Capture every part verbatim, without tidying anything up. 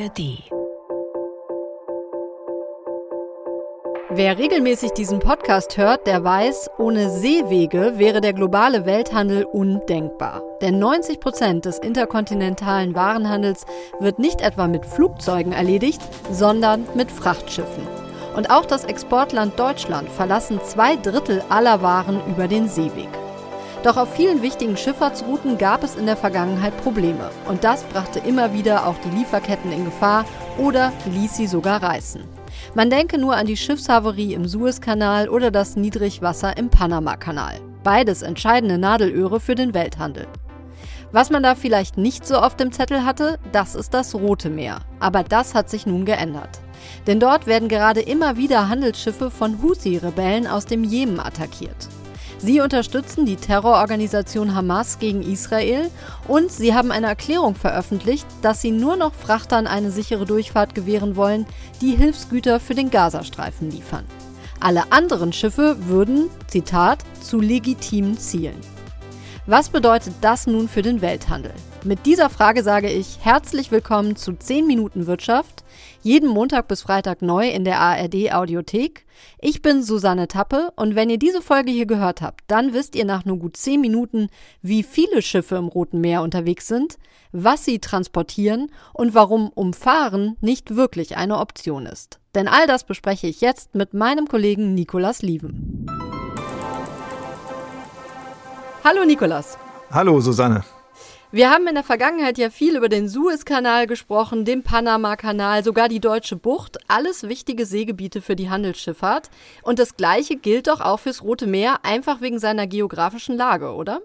R D. Wer regelmäßig diesen Podcast hört, der weiß, ohne Seewege wäre der globale Welthandel undenkbar. Denn neunzig Prozent des interkontinentalen Warenhandels wird nicht etwa mit Flugzeugen erledigt, sondern mit Frachtschiffen. Und auch das Exportland Deutschland verlassen zwei Drittel aller Waren über den Seeweg. Doch auf vielen wichtigen Schifffahrtsrouten gab es in der Vergangenheit Probleme. Und das brachte immer wieder auch die Lieferketten in Gefahr oder ließ sie sogar reißen. Man denke nur an die Schiffshaverie im Suezkanal oder das Niedrigwasser im Panamakanal. Beides entscheidende Nadelöhre für den Welthandel. Was man da vielleicht nicht so auf dem Zettel hatte, das ist das Rote Meer. Aber das hat sich nun geändert. Denn dort werden gerade immer wieder Handelsschiffe von Houthi-Rebellen aus dem Jemen attackiert. Sie unterstützen die Terrororganisation Hamas gegen Israel und sie haben eine Erklärung veröffentlicht, dass sie nur noch Frachtern eine sichere Durchfahrt gewähren wollen, die Hilfsgüter für den Gazastreifen liefern. Alle anderen Schiffe würden, Zitat, zu legitimen Zielen. Was bedeutet das nun für den Welthandel? Mit dieser Frage sage ich herzlich willkommen zu zehn Minuten Wirtschaft, jeden Montag bis Freitag neu in der A R D-Audiothek. Ich bin Susanne Tappe und wenn ihr diese Folge hier gehört habt, dann wisst ihr nach nur gut zehn Minuten, wie viele Schiffe im Roten Meer unterwegs sind, was sie transportieren und warum Umfahren nicht wirklich eine Option ist. Denn all das bespreche ich jetzt mit meinem Kollegen Nicolas Lieven. Hallo Nicolas. Hallo Susanne. Wir haben in der Vergangenheit ja viel über den Suezkanal gesprochen, den Panamakanal, sogar die Deutsche Bucht. Alles wichtige Seegebiete für die Handelsschifffahrt. Und das Gleiche gilt doch auch fürs Rote Meer, einfach wegen seiner geografischen Lage, oder?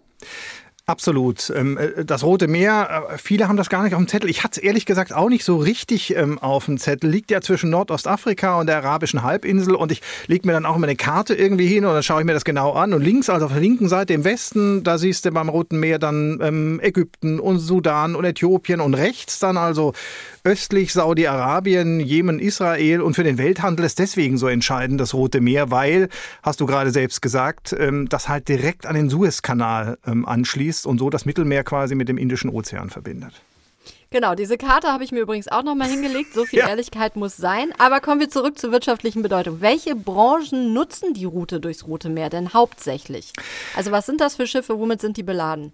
Absolut. Das Rote Meer, viele haben das gar nicht auf dem Zettel. Ich hatte es ehrlich gesagt auch nicht so richtig auf dem Zettel. Liegt ja zwischen Nordostafrika und der arabischen Halbinsel und ich lege mir dann auch immer eine Karte irgendwie hin und dann schaue ich mir das genau an. Und links, also auf der linken Seite im Westen, da siehst du beim Roten Meer dann ähm, Ägypten und Sudan und Äthiopien und rechts dann also östlich Saudi-Arabien, Jemen, Israel. Und für den Welthandel ist deswegen so entscheidend das Rote Meer, weil, hast du gerade selbst gesagt, ähm, das halt direkt an den Suezkanal ähm, anschließt und so das Mittelmeer quasi mit dem Indischen Ozean verbindet. Genau, diese Karte habe ich mir übrigens auch nochmal hingelegt. So viel ja. Ehrlichkeit muss sein. Aber kommen wir zurück zur wirtschaftlichen Bedeutung. Welche Branchen nutzen die Route durchs Rote Meer denn hauptsächlich? Also was sind das für Schiffe? Womit sind die beladen?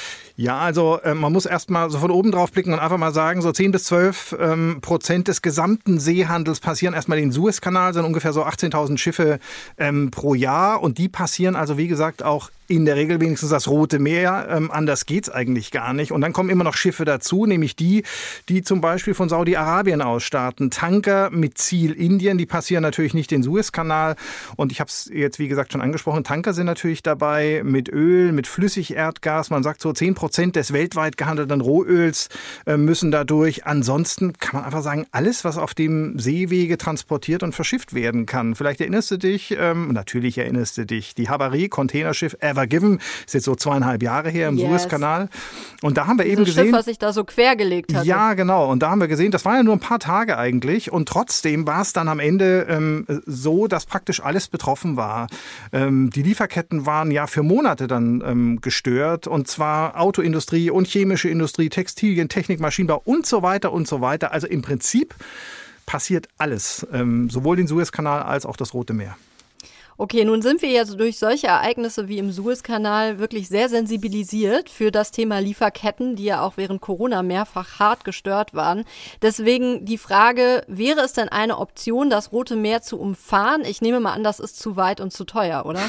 Ja, also äh, man muss erst mal so von oben drauf blicken und einfach mal sagen, so zehn bis zwölf ähm, Prozent des gesamten Seehandels passieren erstmal den Suezkanal, sind ungefähr so achtzehntausend Schiffe ähm, pro Jahr und die passieren also wie gesagt auch in der Regel wenigstens das Rote Meer. Ähm, anders geht's eigentlich gar nicht. Und dann kommen immer noch Schiffe dazu, nämlich die, die zum Beispiel von Saudi-Arabien aus starten. Tanker mit Ziel Indien, die passieren natürlich nicht den Suezkanal. Und ich habe es jetzt, wie gesagt, schon angesprochen, Tanker sind natürlich dabei mit Öl, mit Flüssigerdgas. Man sagt so zehn Prozent des weltweit gehandelten Rohöls äh, müssen dadurch. Ansonsten kann man einfach sagen, alles, was auf dem Seewege transportiert und verschifft werden kann. Vielleicht erinnerst du dich, ähm, natürlich erinnerst du dich, die Havarie, Containerschiff Ever Given, ist jetzt so zweieinhalb Jahre her im yes. Suezkanal. Und da haben wir Dieses eben gesehen... Schiff, was sich da so quergelegt hat. Ja, genau. Und da haben wir gesehen, das waren ja nur ein paar Tage eigentlich. Und trotzdem war es dann am Ende ähm, so, dass praktisch alles betroffen war. Ähm, die Lieferketten waren ja für Monate dann ähm, gestört. Und zwar Autoindustrie und chemische Industrie, Textilien, Technik, Maschinenbau und so weiter und so weiter. Also im Prinzip passiert alles. Ähm, sowohl den Suezkanal als auch das Rote Meer. Okay, nun sind wir ja durch solche Ereignisse wie im Suezkanal wirklich sehr sensibilisiert für das Thema Lieferketten, die ja auch während Corona mehrfach hart gestört waren. Deswegen die Frage, wäre es denn eine Option, das Rote Meer zu umfahren? Ich nehme mal an, das ist zu weit und zu teuer, oder?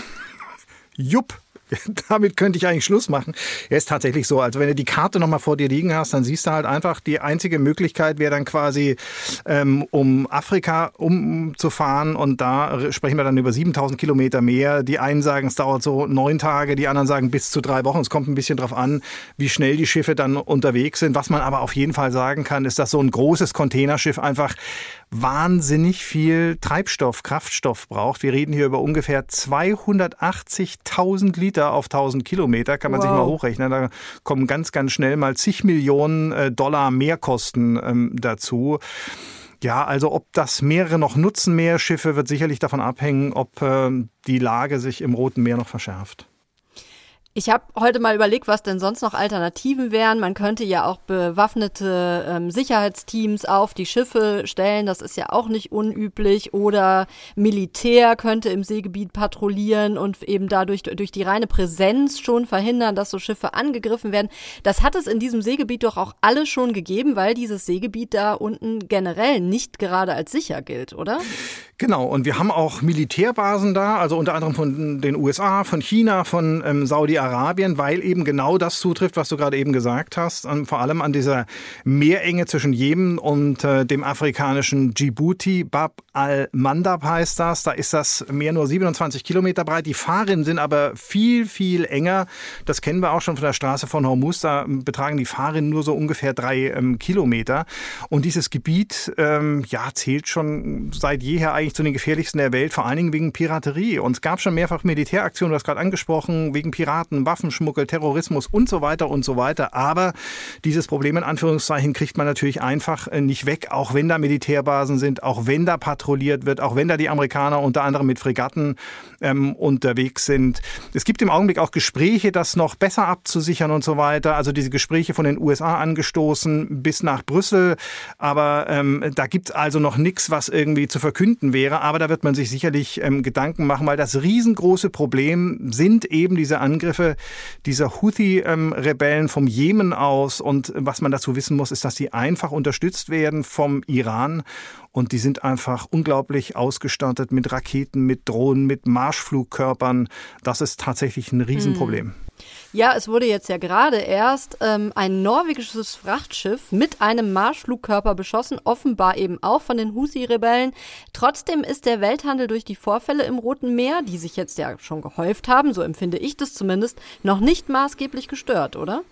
Jupp. Damit könnte ich eigentlich Schluss machen. Ja, ist tatsächlich so. Also wenn du die Karte nochmal vor dir liegen hast, dann siehst du halt einfach, die einzige Möglichkeit wäre dann quasi, ähm, um Afrika umzufahren. Und da sprechen wir dann über siebentausend Kilometer mehr. Die einen sagen, es dauert so neun Tage, die anderen sagen bis zu drei Wochen. Es kommt ein bisschen drauf an, wie schnell die Schiffe dann unterwegs sind. Was man aber auf jeden Fall sagen kann, ist, dass so ein großes Containerschiff einfach wahnsinnig viel Treibstoff, Kraftstoff braucht. Wir reden hier über ungefähr zweihundertachtzigtausend Liter auf tausend Kilometer, kann man wow. sich mal hochrechnen. Da kommen ganz, ganz schnell mal zig Millionen Dollar Mehrkosten ähm, dazu. Ja, also ob das mehrere noch nutzen, mehr Schiffe, wird sicherlich davon abhängen, ob äh, die Lage sich im Roten Meer noch verschärft. Ich habe heute mal überlegt, was denn sonst noch Alternativen wären. Man könnte ja auch bewaffnete ähm, Sicherheitsteams auf die Schiffe stellen. Das ist ja auch nicht unüblich. Oder Militär könnte im Seegebiet patrouillieren und eben dadurch durch die reine Präsenz schon verhindern, dass so Schiffe angegriffen werden. Das hat es in diesem Seegebiet doch auch alles schon gegeben, weil dieses Seegebiet da unten generell nicht gerade als sicher gilt, oder? Genau, und wir haben auch Militärbasen da, also unter anderem von den U S A, von China, von ähm, Saudi-Arabien, weil eben genau das zutrifft, was du gerade eben gesagt hast, an, vor allem an dieser Meerenge zwischen Jemen und äh, dem afrikanischen Djibouti. Bab al-Mandab heißt das, da ist das Meer nur siebenundzwanzig Kilometer breit, die Fahrrinnen sind aber viel, viel enger. Das kennen wir auch schon von der Straße von Hormuz, da betragen die Fahrrinnen nur so ungefähr drei ähm, Kilometer. Und dieses Gebiet ähm, ja, zählt schon seit jeher eigentlich zu den gefährlichsten der Welt, vor allen Dingen wegen Piraterie. Und es gab schon mehrfach Militäraktionen, du hast gerade angesprochen, wegen Piraten, Waffenschmuggel, Terrorismus und so weiter und so weiter. Aber dieses Problem in Anführungszeichen kriegt man natürlich einfach nicht weg, auch wenn da Militärbasen sind, auch wenn da patrouilliert wird, auch wenn da die Amerikaner unter anderem mit Fregatten ähm, unterwegs sind. Es gibt im Augenblick auch Gespräche, das noch besser abzusichern und so weiter. Also diese Gespräche von den U S A angestoßen bis nach Brüssel. Aber ähm, da gibt es also noch nichts, was irgendwie zu verkünden wäre. Aber da wird man sich sicherlich ähm, Gedanken machen, weil das riesengroße Problem sind eben diese Angriffe dieser Houthi-Rebellen ähm, vom Jemen aus. Und was man dazu wissen muss, ist, dass die einfach unterstützt werden vom Iran. Und die sind einfach unglaublich ausgestattet mit Raketen, mit Drohnen, mit Marschflugkörpern. Das ist tatsächlich ein Riesenproblem. Mhm. Ja, es wurde jetzt ja gerade erst ähm, ein norwegisches Frachtschiff mit einem Marschflugkörper beschossen, offenbar eben auch von den Houthi-Rebellen. Trotzdem ist der Welthandel durch die Vorfälle im Roten Meer, die sich jetzt ja schon gehäuft haben, so empfinde ich das zumindest, noch nicht maßgeblich gestört, oder?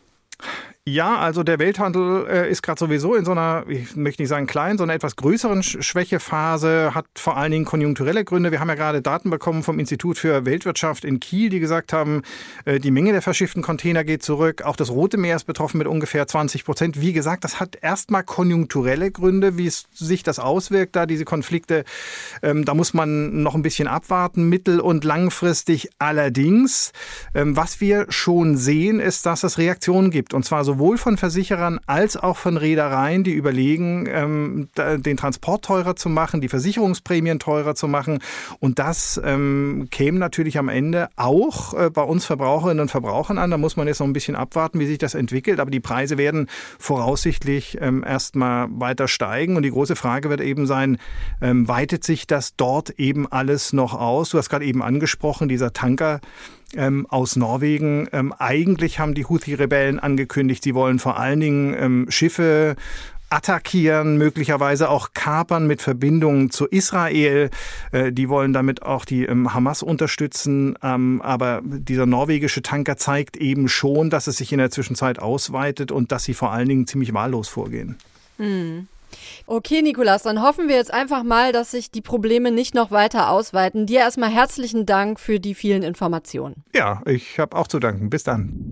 Ja, also der Welthandel äh, ist gerade sowieso in so einer, ich möchte nicht sagen kleinen, sondern etwas größeren Schwächephase, hat vor allen Dingen konjunkturelle Gründe. Wir haben ja gerade Daten bekommen vom Institut für Weltwirtschaft in Kiel, die gesagt haben, äh, die Menge der verschifften Container geht zurück. Auch das Rote Meer ist betroffen mit ungefähr zwanzig Prozent. Wie gesagt, das hat erstmal konjunkturelle Gründe, wie es sich das auswirkt, da diese Konflikte. Ähm, da muss man noch ein bisschen abwarten, mittel- und langfristig. Allerdings, ähm, was wir schon sehen, ist, dass es Reaktionen gibt. Und zwar sowohl von Versicherern als auch von Reedereien, die überlegen, ähm, den Transport teurer zu machen, die Versicherungsprämien teurer zu machen. Und das ähm, käme natürlich am Ende auch äh, bei uns Verbraucherinnen und Verbrauchern an. Da muss man jetzt noch ein bisschen abwarten, wie sich das entwickelt. Aber die Preise werden voraussichtlich ähm, erstmal weiter steigen. Und die große Frage wird eben sein, ähm, weitet sich das dort eben alles noch aus? Du hast gerade eben angesprochen, dieser Tanker Ähm, aus Norwegen. Ähm, eigentlich haben die Houthi-Rebellen angekündigt, sie wollen vor allen Dingen ähm, Schiffe attackieren, möglicherweise auch kapern mit Verbindungen zu Israel. Äh, die wollen damit auch die ähm, Hamas unterstützen. Ähm, aber dieser norwegische Tanker zeigt eben schon, dass es sich in der Zwischenzeit ausweitet und dass sie vor allen Dingen ziemlich wahllos vorgehen. Mhm. Okay, Nicolas, dann hoffen wir jetzt einfach mal, dass sich die Probleme nicht noch weiter ausweiten. Dir erstmal herzlichen Dank für die vielen Informationen. Ja, ich habe auch zu danken. Bis dann.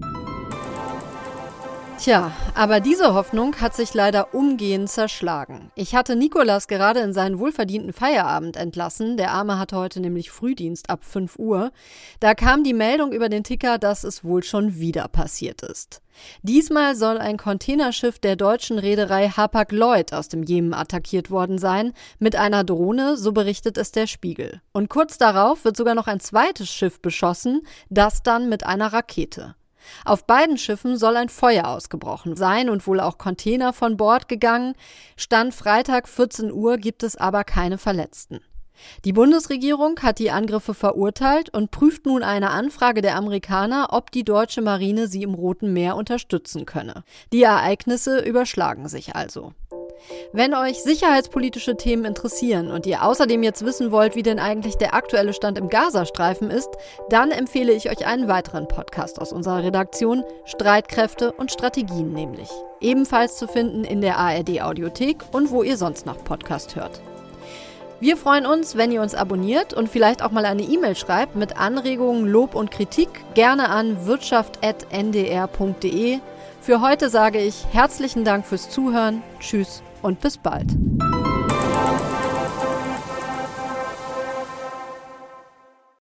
Tja, aber diese Hoffnung hat sich leider umgehend zerschlagen. Ich hatte Nicolas gerade in seinen wohlverdienten Feierabend entlassen. Der Arme hatte heute nämlich Frühdienst ab fünf Uhr. Da kam die Meldung über den Ticker, dass es wohl schon wieder passiert ist. Diesmal soll ein Containerschiff der deutschen Reederei Hapag-Lloyd aus dem Jemen attackiert worden sein, mit einer Drohne, so berichtet es der Spiegel. Und kurz darauf wird sogar noch ein zweites Schiff beschossen, das dann mit einer Rakete. Auf beiden Schiffen soll ein Feuer ausgebrochen sein und wohl auch Container von Bord gegangen. Stand Freitag vierzehn Uhr gibt es aber keine Verletzten. Die Bundesregierung hat die Angriffe verurteilt und prüft nun eine Anfrage der Amerikaner, ob die deutsche Marine sie im Roten Meer unterstützen könne. Die Ereignisse überschlagen sich also. Wenn euch sicherheitspolitische Themen interessieren und ihr außerdem jetzt wissen wollt, wie denn eigentlich der aktuelle Stand im Gazastreifen ist, dann empfehle ich euch einen weiteren Podcast aus unserer Redaktion, Streitkräfte und Strategien nämlich. Ebenfalls zu finden in der A R D-Audiothek und wo ihr sonst noch Podcast hört. Wir freuen uns, wenn ihr uns abonniert und vielleicht auch mal eine E-Mail schreibt mit Anregungen, Lob und Kritik, gerne an wirtschaft punkt n d r punkt d e. Für heute sage ich herzlichen Dank fürs Zuhören, tschüss und bis bald.